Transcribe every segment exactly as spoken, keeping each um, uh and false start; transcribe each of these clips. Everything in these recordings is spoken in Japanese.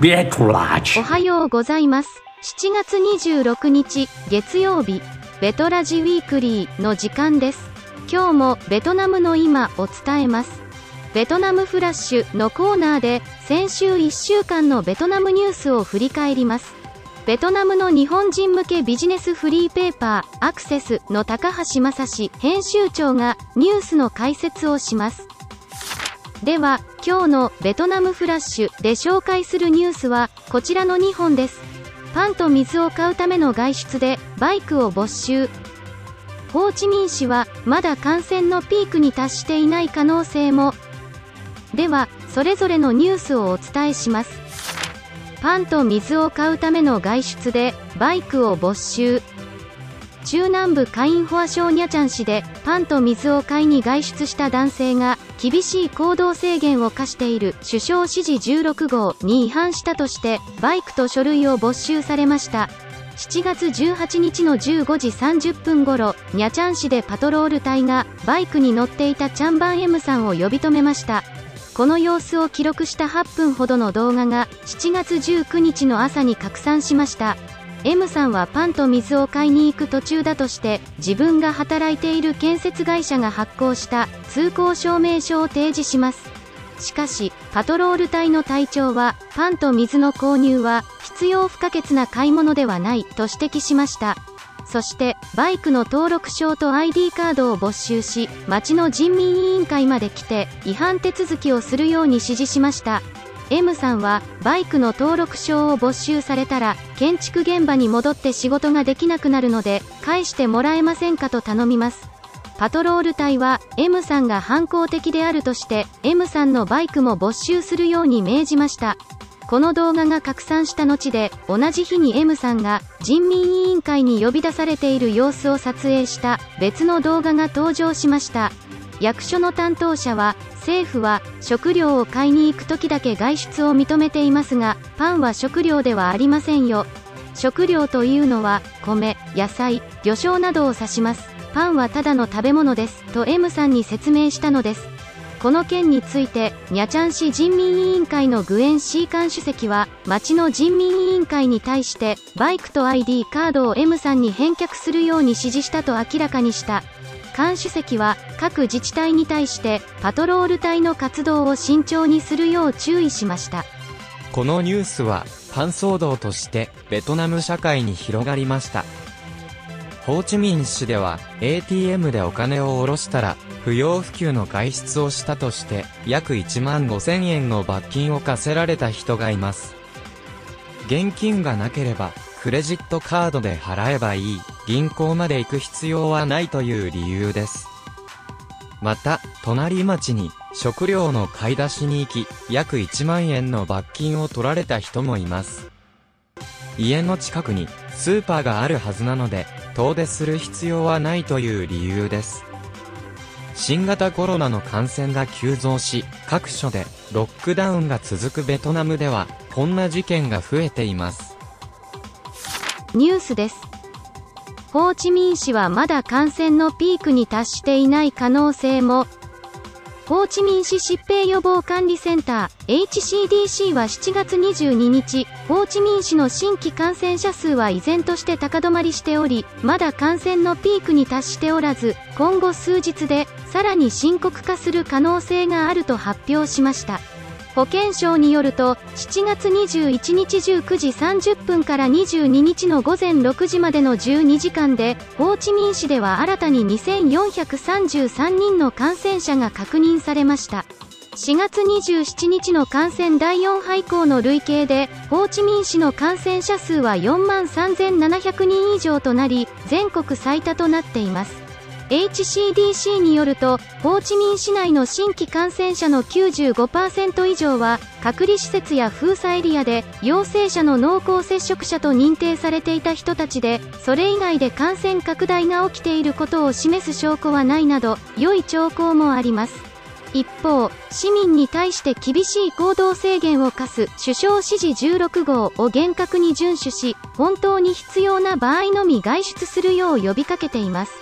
ベトラジ。 おはようございます。しちがつにじゅうろくにち月曜日、ベトラジウィークリーの時間です。今日もベトナムの今を伝えます。ベトナムフラッシュのコーナーで先週いっしゅうかんのベトナムニュースを振り返ります。ベトナムの日本人向けビジネスフリーペーパーアクセスの高橋正史編集長がニュースの解説をします。では今日のベトナムフラッシュで紹介するニュースはこちらのにほんです。パンと水を買うための外出でバイクを没収。ホーチミン市はまだ感染のピークに達していない可能性も。ではそれぞれのニュースをお伝えします。パンと水を買うための外出でバイクを没収。中南部カインホア省ニャチャン市でパンと水を買いに外出した男性が厳しい行動制限を課している首相指示じゅうろくごうに違反したとしてバイクと書類を没収されました。しちがつじゅうはちにちのじゅうごじさんじゅっぷん頃、ニャチャン市でパトロール隊がバイクに乗っていたチャンバン M さんを呼び止めました。この様子を記録したはっぷんほどの動画がしちがつじゅうくにちの朝に拡散しました。M さんはパンと水を買いに行く途中だとして自分が働いている建設会社が発行した通行証明書を提示します。しかしパトロール隊の隊長はパンと水の購入は必要不可欠な買い物ではないと指摘しました。そしてバイクの登録証と アイディー カードを没収し町の人民委員会まで来て違反手続きをするように指示しました。M さんはバイクの登録証を没収されたら建築現場に戻って仕事ができなくなるので返してもらえませんかと頼みます。パトロール隊は M さんが反抗的であるとして M さんのバイクも没収するように命じました。この動画が拡散した後で同じ日に M さんが人民委員会に呼び出されている様子を撮影した別の動画が登場しました。役所の担当者は政府は食料を買いに行く時だけ外出を認めていますがパンは食料ではありませんよ。食料というのは米、野菜、魚醤などを指します。パンはただの食べ物ですと M さんに説明したのです。この件についてニャチャン市人民委員会のグエン・シーカン主席は町の人民委員会に対してバイクと アイディー カードを M さんに返却するように指示したと明らかにした。カン主席は各自治体に対してパトロール隊の活動を慎重にするよう注意しました。 このニュースはパン騒動としてベトナム社会に広がりました。ホーチミン市では エーティーエム でお金を下ろしたら不要不急の外出をしたとして約いちまんごせんえんの罰金を課せられた人がいます。現金がなければクレジットカードで払えばいい、銀行まで行く必要はないという理由です。また、隣町に食料の買い出しに行き、約いちまんえんの罰金を取られた人もいます。家の近くにスーパーがあるはずなので、遠出する必要はないという理由です。新型コロナの感染が急増し、各所でロックダウンが続くベトナムでは、こんな事件が増えています。 ニュースです。ホーチミン市はまだ感染のピークに達していない可能性も。ホーチミン市疾病予防管理センター エイチシーディーシー はしちがつにじゅうににち、ホーチミン市の新規感染者数は依然として高止まりしており、まだ感染のピークに達しておらず、今後数日でさらに深刻化する可能性があると発表しました。保健省によると、しちがつにじゅういちにちじゅうくじさんじゅっぷんからにじゅうににちのごぜんろくじまでのじゅうにじかんで、ホーチミン市では新たににせんよんひゃくさんじゅうさんにんの感染者が確認されました。しがつにじゅうしちにちの感染だいよんは以降の累計で、ホーチミン市の感染者数はよんまんさんぜんななひゃくにん以上となり、全国最多となっています。エイチシーディーシー によると、ホーチミン市内の新規感染者の きゅうじゅうごパーセント 以上は、隔離施設や封鎖エリアで、陽性者の濃厚接触者と認定されていた人たちで、それ以外で感染拡大が起きていることを示す証拠はないなど、良い兆候もあります。一方、市民に対して厳しい行動制限を課す首相指示じゅうろくごうを厳格に遵守し、本当に必要な場合のみ外出するよう呼びかけています。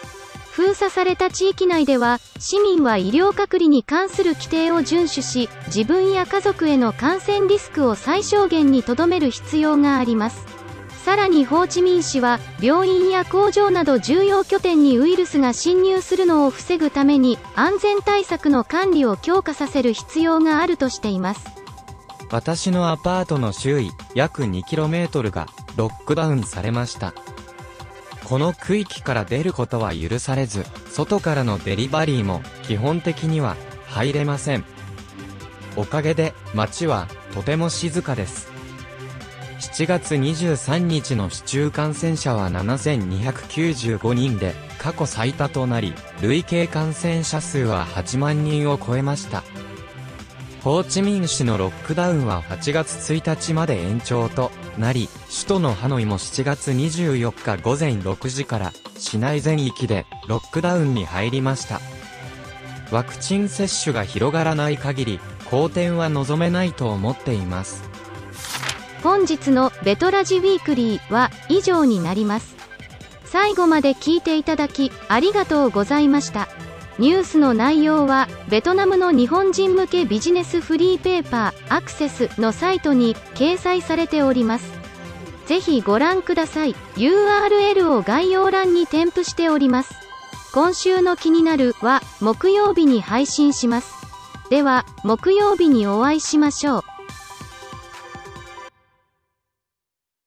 封鎖された地域内では、市民は医療隔離に関する規定を遵守し、自分や家族への感染リスクを最小限に留める必要があります。さらにホーチミン市は、病院や工場など重要拠点にウイルスが侵入するのを防ぐために、安全対策の管理を強化させる必要があるとしています。 私のアパートの周囲、約にキロメートルがロックダウンされました。この区域から出ることは許されず、外からのデリバリーも基本的には入れません。おかげで街はとても静かです。しちがつにじゅうさんにちの市中感染者はななせんにひゃくきゅうじゅうごにんで過去最多となり、累計感染者数ははちまんにんを超えました。ホーチミン市のロックダウンははちがつついたちまで延長となり、首都のハノイもしちがつにじゅうよっかごぜんろくじから市内全域でロックダウンに入りました。ワクチン接種が広がらない限り、好転は望めないと思っています。 本日のベトラジウィークリーは以上になります。最後まで聞いていただきありがとうございました。ニュースの内容はベトナムの日本人向けビジネスフリーペーパーアクセスのサイトに掲載されております。ぜひご覧ください。ユーアールエル を概要欄に添付しております。今週の気になるは木曜日に配信します。では木曜日にお会いしましょう。